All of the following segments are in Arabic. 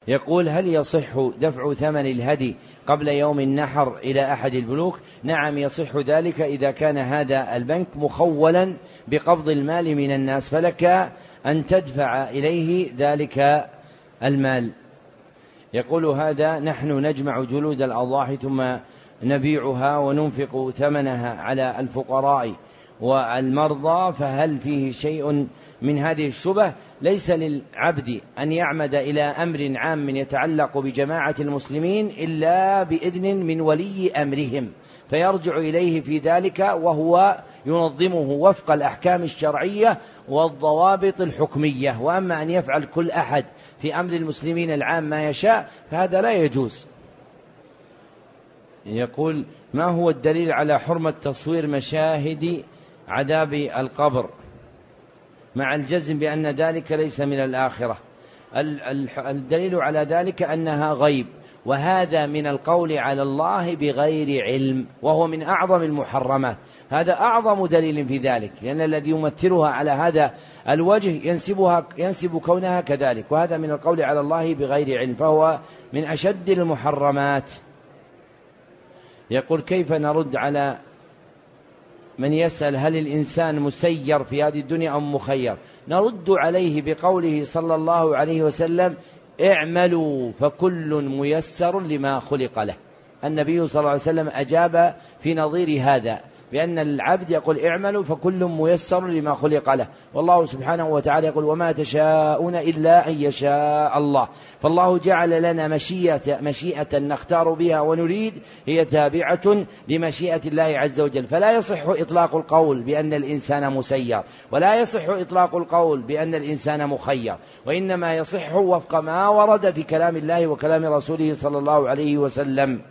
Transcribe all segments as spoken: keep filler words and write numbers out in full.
يقول: هل يصح دفع ثمن الهدي قبل يوم النحر إلى أحد البنوك؟ نعم، يصح ذلك إذا كان هذا البنك مخولا بقبض المال من الناس، فلك أن تدفع إليه ذلك المال. يقول هذا: نحن نجمع جلود الأضاحي ثم نبيعها وننفق ثمنها على الفقراء والمرضى، فهل فيه شيء من هذه الشبه؟ ليس للعبد أن يعمد إلى أمر عام يتعلق بجماعة المسلمين إلا بإذن من ولي أمرهم، فيرجع إليه في ذلك وهو ينظمه وفق الأحكام الشرعية والضوابط الحكمية. وأما أن يفعل كل أحد في أمر المسلمين العام ما يشاء فهذا لا يجوز. يقول: ما هو الدليل على حرمة تصوير مشاهد عذاب القبر مع الجزم بأن ذلك ليس من الآخرة؟ الدليل على ذلك أنها غيب، وهذا من القول على الله بغير علم، وهو من أعظم المحرمات. هذا أعظم دليل في ذلك، لأن الذي يمثلها على هذا الوجه ينسبها ينسب كونها كذلك، وهذا من القول على الله بغير علم، فهو من أشد المحرمات. يقول: كيف نرد على من يسأل هل الإنسان مسير في هذه الدنيا أم مخير؟ نرد عليه بقوله صلى الله عليه وسلم: اعملوا فكل ميسر لما خلق له. النبي صلى الله عليه وسلم أجاب في نظير هذا بأن العبد يقول: اعملوا فكل ميسر لما خلق له، والله سبحانه وتعالى يقول: وما تشاءون إلا أن يشاء الله. فالله جعل لنا مشيئة, مشيئة نختار بها ونريد، هي تابعة لمشيئة الله عز وجل. فلا يصح إطلاق القول بأن الإنسان مسير، ولا يصح إطلاق القول بأن الإنسان مخير، وإنما يصح وفق ما ورد في كلام الله وكلام رسوله صلى الله عليه وسلم.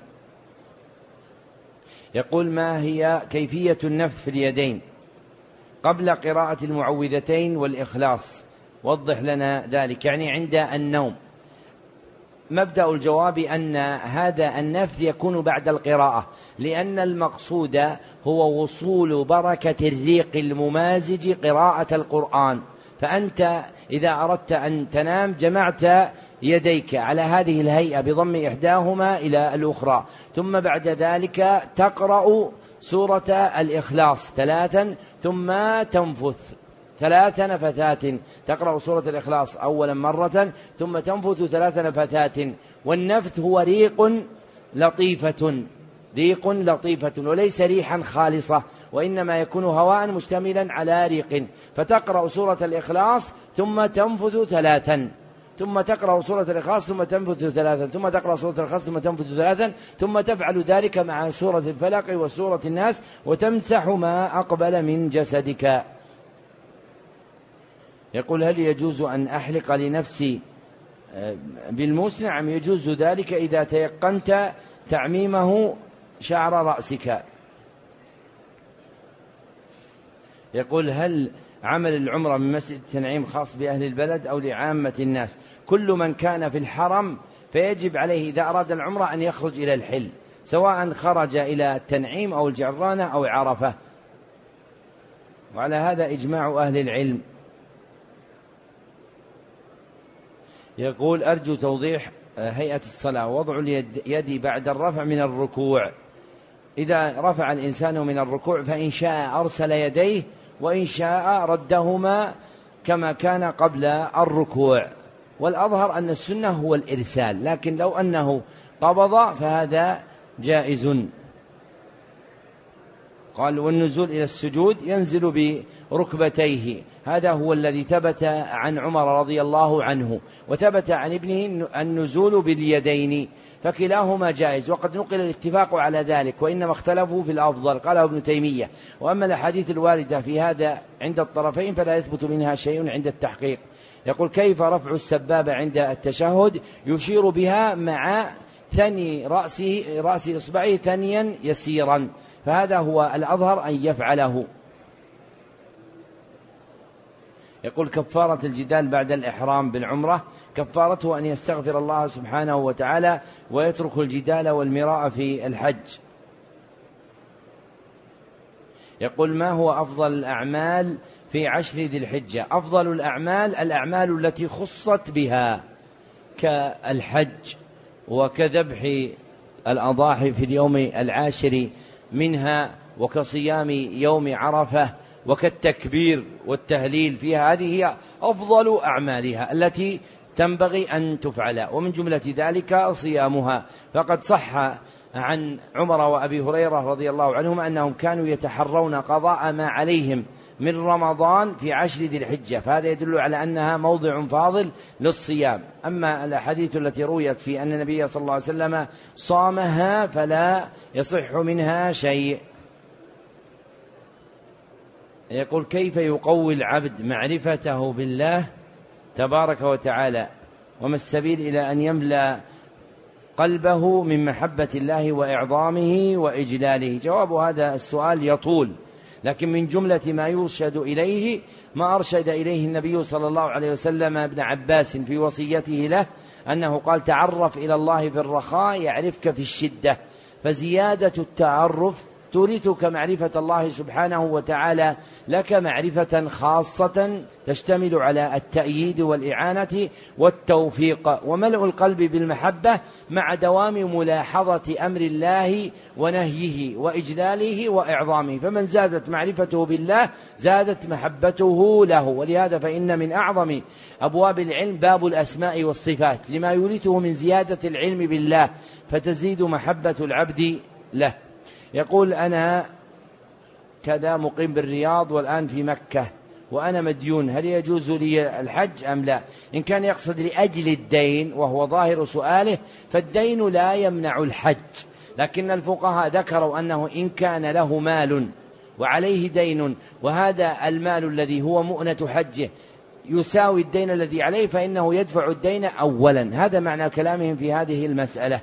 يقول: ما هي كيفية النفث في اليدين قبل قراءة المعوذتين والإخلاص؟ وضح لنا ذلك، يعني عند النوم. مبدأ الجواب أن هذا النفث يكون بعد القراءة، لأن المقصود هو وصول بركة الريق الممازج قراءة القرآن. فأنت إذا أردت أن تنام جمعت يديك على هذه الهيئة بضم إحداهما إلى الأخرى، ثم بعد ذلك تقرأ سورة الإخلاص ثلاثا ثم تنفث ثلاث نفثات. تقرأ سورة الإخلاص أولا مرة ثم تنفث ثلاث نفثات. والنفث هو ريق لطيفة ريق لطيفة وليس ريحا خالصة، وإنما يكون هواء مشتملا على ريق. فتقرأ سورة الإخلاص ثم تنفث ثلاثا، ثم تقرأ سورة الإخلاص ثم تنفث ثلاثا، ثم تقرأ سورة الإخلاص ثم تنفث ثلاثا، ثم تفعل ذلك مع سورة الفلق وسورة الناس، وتمسح ما أقبل من جسدك. يقول: هل يجوز أن أحلق لنفسي بالموس؟ نعم، يجوز ذلك إذا تيقنت تعميمه شعر رأسك. يقول: هل عمل العمرة من مسجد التنعيم خاص بأهل البلد أو لعامة الناس؟ كل من كان في الحرم فيجب عليه إذا أراد العمرة أن يخرج إلى الحل، سواء خرج إلى التنعيم أو الجعرانة أو عرفة، وعلى هذا إجماع أهل العلم. يقول: أرجو توضيح هيئة الصلاة. وضع اليد بعد الرفع من الركوع. إذا رفع الإنسان من الركوع فإن شاء أرسل يديه، وإن شاء ردهما كما كان قبل الركوع. والأظهر أن السنة هو الإرسال، لكن لو أنه قبض فهذا جائز. قال: والنزول إلى السجود ينزل بركبتيه. هذا هو الذي ثبت عن عمر رضي الله عنه، وثبت عن ابنه النزول باليدين، فكلاهما جائز. وقد نقل الاتفاق على ذلك، وإنما اختلفوا في الأفضل، قاله ابن تيمية. وأما الأحاديث الواردة في هذا عند الطرفين فلا يثبت منها شيء عند التحقيق. يقول: كيف رفع السبابة عند التشهد؟ يشير بها مع ثني رأسه رأس إصبعه ثنيا يسيرا، فهذا هو الأظهر أن يفعله. يقول: كفارة الجدال بعد الإحرام بالعمرة. كفارته أن يستغفر الله سبحانه وتعالى ويترك الجدال والمراء في الحج. يقول: ما هو أفضل الأعمال في عشر ذي الحجة؟ أفضل الأعمال الأعمال التي خصت بها، كالحج وكذبح الأضاحي في اليوم العاشر منها، وكصيام يوم عرفة، وكالتكبير والتهليل فيها. هذه هي أفضل أعمالها التي تنبغي أن تفعل، ومن جملة ذلك صيامها. فقد صح عن عمر وأبي هريرة رضي الله عنهما أنهم كانوا يتحرون قضاء ما عليهم من رمضان في عشر ذي الحجة، فهذا يدل على أنها موضع فاضل للصيام. أما الأحاديث التي رويت في أن النبي صلى الله عليه وسلم صامها فلا يصح منها شيء. يقول: كيف يقوي العبد معرفته بالله تبارك وتعالى، وما السبيل إلى أن يملأ قلبه من محبة الله وإعظامه وإجلاله؟ جواب هذا السؤال يطول، لكن من جملة ما يرشد إليه ما أرشد إليه النبي صلى الله عليه وسلم ابن عباس في وصيته له، أنه قال: تعرف إلى الله في الرخاء يعرفك في الشدة. فزيادة التعرف تورثك معرفة الله سبحانه وتعالى لك معرفة خاصة تشتمل على التأييد والإعانة والتوفيق، وملء القلب بالمحبة مع دوام ملاحظة أمر الله ونهيه وإجلاله وإعظامه. فمن زادت معرفته بالله زادت محبته له. ولهذا فإن من أعظم أبواب العلم باب الأسماء والصفات، لما يورثه من زيادة العلم بالله، فتزيد محبة العبد له. يقول: أنا كذا مقيم بالرياض والآن في مكة وأنا مديون، هل يجوز لي الحج أم لا؟ إن كان يقصد لأجل الدين وهو ظاهر سؤاله فالدين لا يمنع الحج، لكن الفقهاء ذكروا أنه إن كان له مال وعليه دين، وهذا المال الذي هو مؤنة حجه يساوي الدين الذي عليه، فإنه يدفع الدين أولا. هذا معنى كلامهم في هذه المسألة.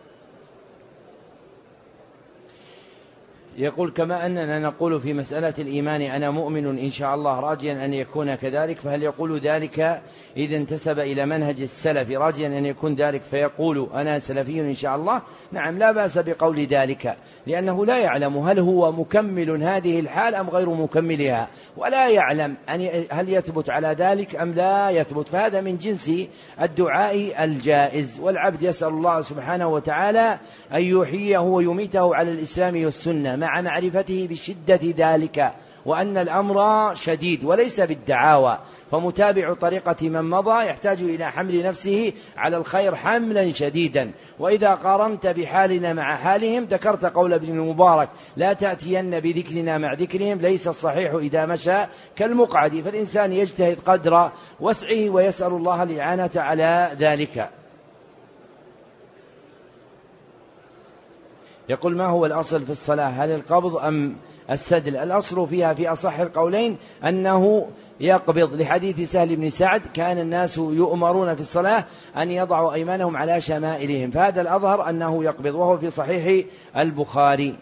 يقول: كما أننا نقول في مسألة الإيمان أنا مؤمن إن شاء الله راجيا أن يكون كذلك، فهل يقول ذلك إذا انتسب إلى منهج السلف راجيا أن يكون ذلك فيقول أنا سلفي إن شاء الله؟ نعم، لا بأس بقول ذلك، لأنه لا يعلم هل هو مكمل هذه الحال أم غير مكملها، ولا يعلم هل يثبت على ذلك أم لا يثبت، فهذا من جنس الدعاء الجائز. والعبد يسأل الله سبحانه وتعالى أن يحييه ويميته على الإسلام والسنة مع معرفته بشدة ذلك، وأن الأمر شديد وليس بالدعاوى. فمتابع طريقة من مضى يحتاج إلى حمل نفسه على الخير حملا شديدا. وإذا قارنت بحالنا مع حالهم ذكرت قول ابن المبارك: لا تأتين بذكرنا مع ذكرهم، ليس الصحيح إذا مشى كالمقعد. فالإنسان يجتهد قدر وسعه ويسأل الله الإعانة على ذلك. يقول: ما هو الأصل في الصلاة، هل القبض أم السدل؟ الأصل فيها في أصح القولين أنه يقبض، لحديث سهل بن سعد: كان الناس يؤمرون في الصلاة أن يضعوا أيمانهم على شمائلهم، فهذا الأظهر أنه يقبض، وهو في صحيح البخاري.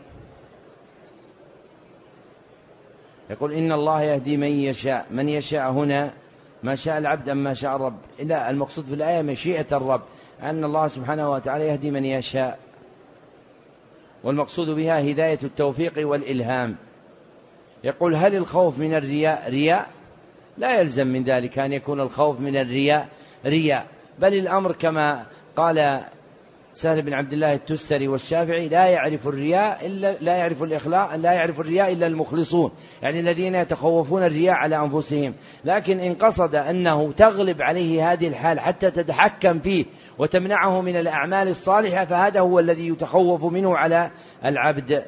يقول: إن الله يهدي من يشاء، من يشاء هنا ما شاء العبد أم ما شاء الرب؟ لا، المقصود في الآية مشيئة الرب، أن الله سبحانه وتعالى يهدي من يشاء، والمقصود بها هداية التوفيق والإلهام. يقول: هل الخوف من الرياء رياء؟ لا يلزم من ذلك أن يكون الخوف من الرياء رياء، بل الأمر كما قال سهل بن عبد الله التستري والشافعي: لا يعرف الرياء إلا لا يعرف الإخلاص لا يعرف الرياء إلا المخلصون، يعني الذين يتخوفون الرياء على أنفسهم. لكن إن قصد أنه تغلب عليه هذه الحال حتى تتحكم فيه وتمنعه من الأعمال الصالحة، فهذا هو الذي يتخوف منه على العبد.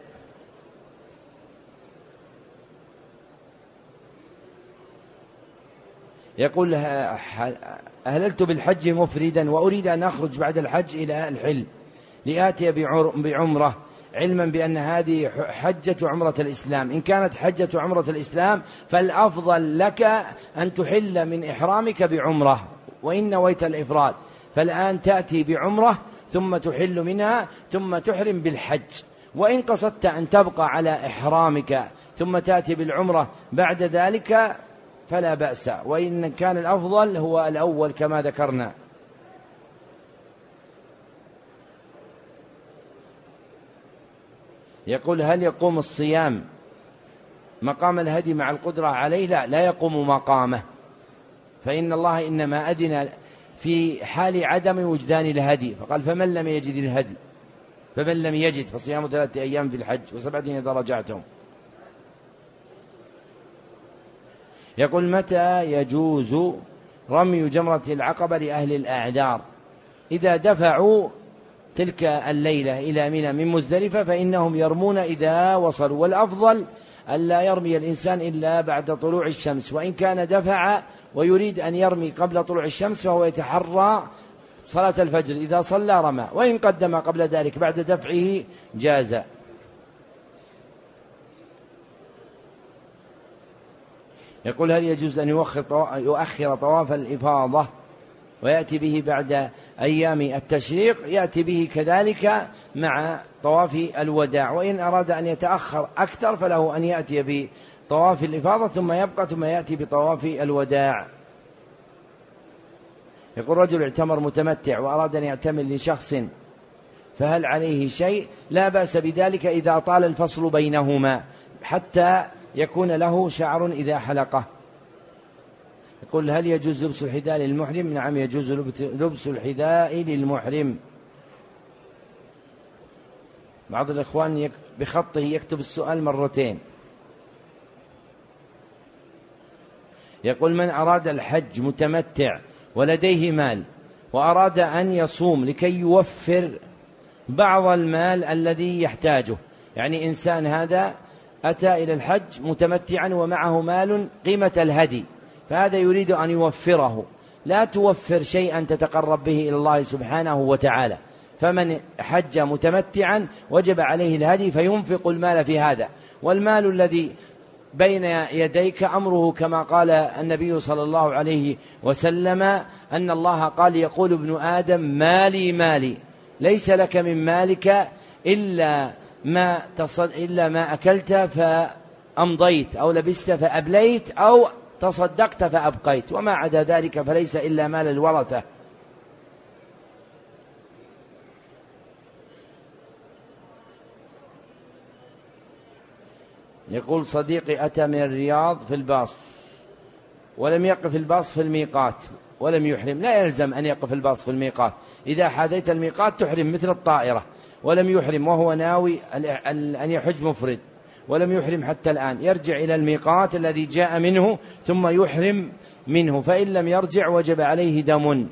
يقول: أهللت بالحج مفردا وأريد أن أخرج بعد الحج إلى الحل لآتي بعمرة، علما بأن هذه حجة عمرة الإسلام. إن كانت حجة عمرة الإسلام فالأفضل لك أن تحل من إحرامك بعمرة، وإن نويت الإفراد فالآن تأتي بعمرة ثم تحل منها ثم تحرم بالحج. وإن قصدت أن تبقى على إحرامك ثم تأتي بالعمرة بعد ذلك فلا بأس، وإن كان الأفضل هو الأول كما ذكرنا. يقول: هل يقوم الصيام مقام الهدي مع القدرة عليه؟ لا، لا يقوم مقامه، فإن الله إنما أذن في حال عدم وجدان الهدي، فقال فمن لم يجد الهدي فمن لم يجد فصيام ثلاثة أيام في الحج وسبعة إذا رجعتم. يقول متى يجوز رمي جمرة العقبة لأهل الأعذار؟ إذا دفعوا تلك الليلة إلى منى من مزدلفة فإنهم يرمون إذا وصلوا، والأفضل ألا يرمي الإنسان إلا بعد طلوع الشمس، وإن كان دفع ويريد أن يرمي قبل طلوع الشمس فهو يتحرى صلاة الفجر، إذا صلى رمى، وإن قدم قبل ذلك بعد دفعه جاز. يقول هل يجوز أن يؤخر طواف الإفاضة ويأتي به بعد أيام التشريق؟ يأتي به كذلك مع طواف الوداع، وإن أراد أن يتأخر أكثر فله أن يأتي بطواف الإفاضة ثم يبقى ثم يأتي بطواف الوداع. يقول رجل اعتمر متمتع وأراد أن يعتمر لشخص فهل عليه شيء؟ لا بأس بذلك إذا طال الفصل بينهما حتى يكون له شعر إذا حلقه. يقول هل يجوز لبس الحذاء للمحرم؟ نعم يجوز لبس الحذاء للمحرم. بعض الإخوان بخطه يكتب السؤال مرتين. يقول من أراد الحج متمتع ولديه مال وأراد أن يصوم لكي يوفر بعض المال الذي يحتاجه، يعني إنسان هذا أتى إلى الحج متمتعا ومعه مال قيمة الهدي، فهذا يريد أن يوفره، لا توفر شيئا تتقرب به إلى الله سبحانه وتعالى، فمن حج متمتعا وجب عليه الهدي فينفق المال في هذا، والمال الذي بين يديك أمره كما قال النبي صلى الله عليه وسلم أن الله قال يقول ابن آدم مالي مالي، ليس لك من مالك إلا ما, إلا ما أكلت فأمضيت أو لبست فأبليت أو تصدقت فأبقيت، وما عدا ذلك فليس إلا مال الورثة. يقول صديقي أتى من الرياض في الباص ولم يقف الباص في الميقات ولم يحرم، لا يلزم أن يقف الباص في الميقات، إذا حاذيت الميقات تحرم مثل الطائرة، ولم يحرم وهو ناوي أن يحج مفرد ولم يحرم حتى الآن، يرجع إلى الميقات الذي جاء منه ثم يحرم منه، فإن لم يرجع وجب عليه دم.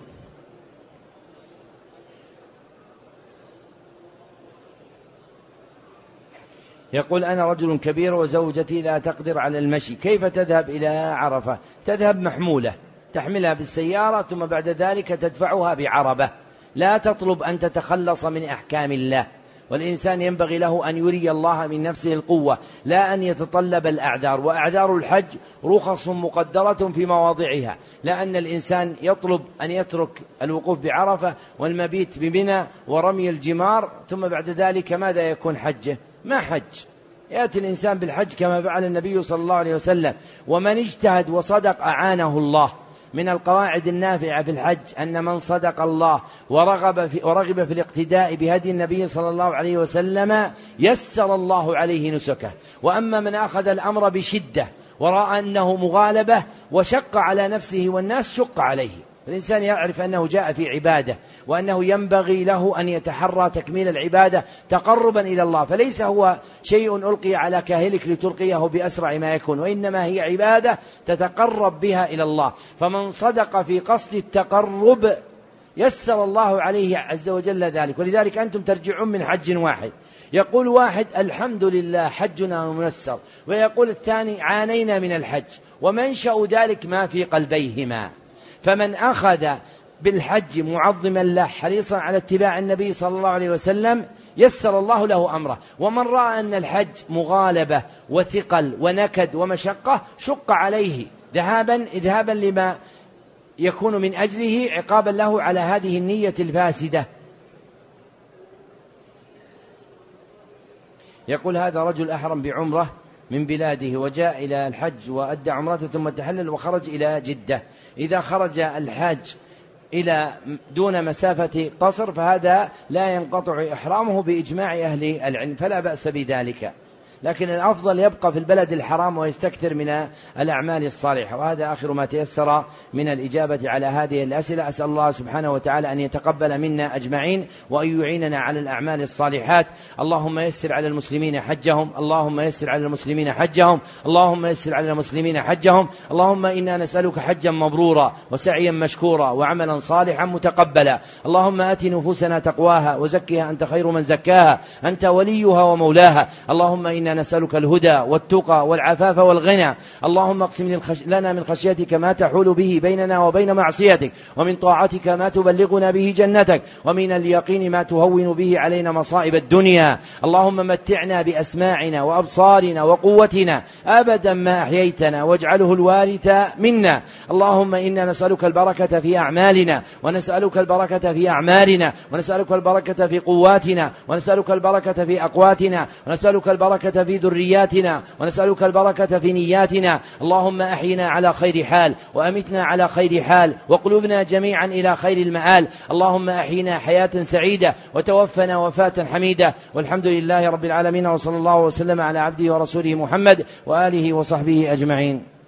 يقول أنا رجل كبير وزوجتي لا تقدر على المشي، كيف تذهب إلى عرفة؟ تذهب محمولة، تحملها بالسيارة ثم بعد ذلك تدفعها بعربة، لا تطلب أن تتخلص من أحكام الله، والإنسان ينبغي له أن يري الله من نفسه القوة لا أن يتطلب الأعذار، وأعذار الحج رخص مقدرة في مواضعها، لأن الإنسان يطلب أن يترك الوقوف بعرفة والمبيت بمنى ورمي الجمار ثم بعد ذلك ماذا يكون حجه؟ ما حج. يأتي الإنسان بالحج كما فعل النبي صلى الله عليه وسلم، ومن اجتهد وصدق أعانه الله. من القواعد النافعة في الحج أن من صدق الله ورغب في, ورغب في الاقتداء بهدي النبي صلى الله عليه وسلم يسر الله عليه نسكه، وأما من أخذ الأمر بشدة ورأى أنه مغالبة وشق على نفسه والناس شق عليه، الإنسان يعرف أنه جاء في عبادة وأنه ينبغي له أن يتحرى تكميل العبادة تقربا إلى الله، فليس هو شيء ألقي على كاهلك لتلقيه بأسرع ما يكون، وإنما هي عبادة تتقرب بها إلى الله، فمن صدق في قصد التقرب يسر الله عليه عز وجل ذلك. ولذلك أنتم ترجعون من حج واحد، يقول واحد الحمد لله حجنا ميسر، ويقول الثاني عانينا من الحج، ومنشأ ذلك ما في قلبيهما. فمن أخذ بالحج معظما له حريصا على اتباع النبي صلى الله عليه وسلم يسر الله له أمره، ومن رأى أن الحج مغالبة وثقل ونكد ومشقة شق عليه ذهابا إذهابا لما يكون من أجله عقابا له على هذه النية الفاسدة. يقول هذا رجل أحرم بعمرة من بلاده وجاء إلى الحج وأدى عمرته ثم تحلل وخرج إلى جدة، إذا خرج الحاج إلى دون مسافة قصر فهذا لا ينقطع إحرامه بإجماع أهل العلم، فلا بأس بذلك. لكن الأفضل يبقى في البلد الحرام ويستكثر من الأعمال الصالحة. وهذا آخر ما تيسر من الإجابة على هذه الأسئلة. أسأل الله سبحانه وتعالى أن يتقبل منا أجمعين وأن يعيننا على الأعمال الصالحات. اللهم يسر على المسلمين حجهم، اللهم يسر على المسلمين حجهم، اللهم يسر على المسلمين حجهم. اللهم إنا نسألك حجا مبرورا وسعيا مشكورا وعملا صالحا متقبلا. اللهم آت نفوسنا تقواها وزكها أنت خير من زكاها، أنت وليها ومولاها. اللهم إنا نسألك الهدى والتقى والعفاف والغنى. اللهم اقسم لنا من خشيتك ما تحول به بيننا وبين معصيتك، ومن طاعتك ما تبلغنا به جنتك، ومن اليقين ما تهون به علينا مصائب الدنيا. اللهم متعنا بأسماعنا وأبصارنا وقوتنا أبدا ما أحييتنا، واجعله الوارث منا. اللهم إنا نسألك البركة في أعمالنا، ونسألك البركة في أعمالنا، ونسألك البركة في قواتنا، ونسألك البركة في أقواتنا، ونسألك البركة في ذرياتنا، ونسألك البركة في نياتنا. اللهم أحينا على خير حال، وأمتنا على خير حال، وقلوبنا جميعا إلى خير المآل. اللهم أحينا حياة سعيدة، وتوفنا وفاة حميدة. والحمد لله رب العالمين، وصلى الله وسلم على عبده ورسوله محمد وآله وصحبه أجمعين.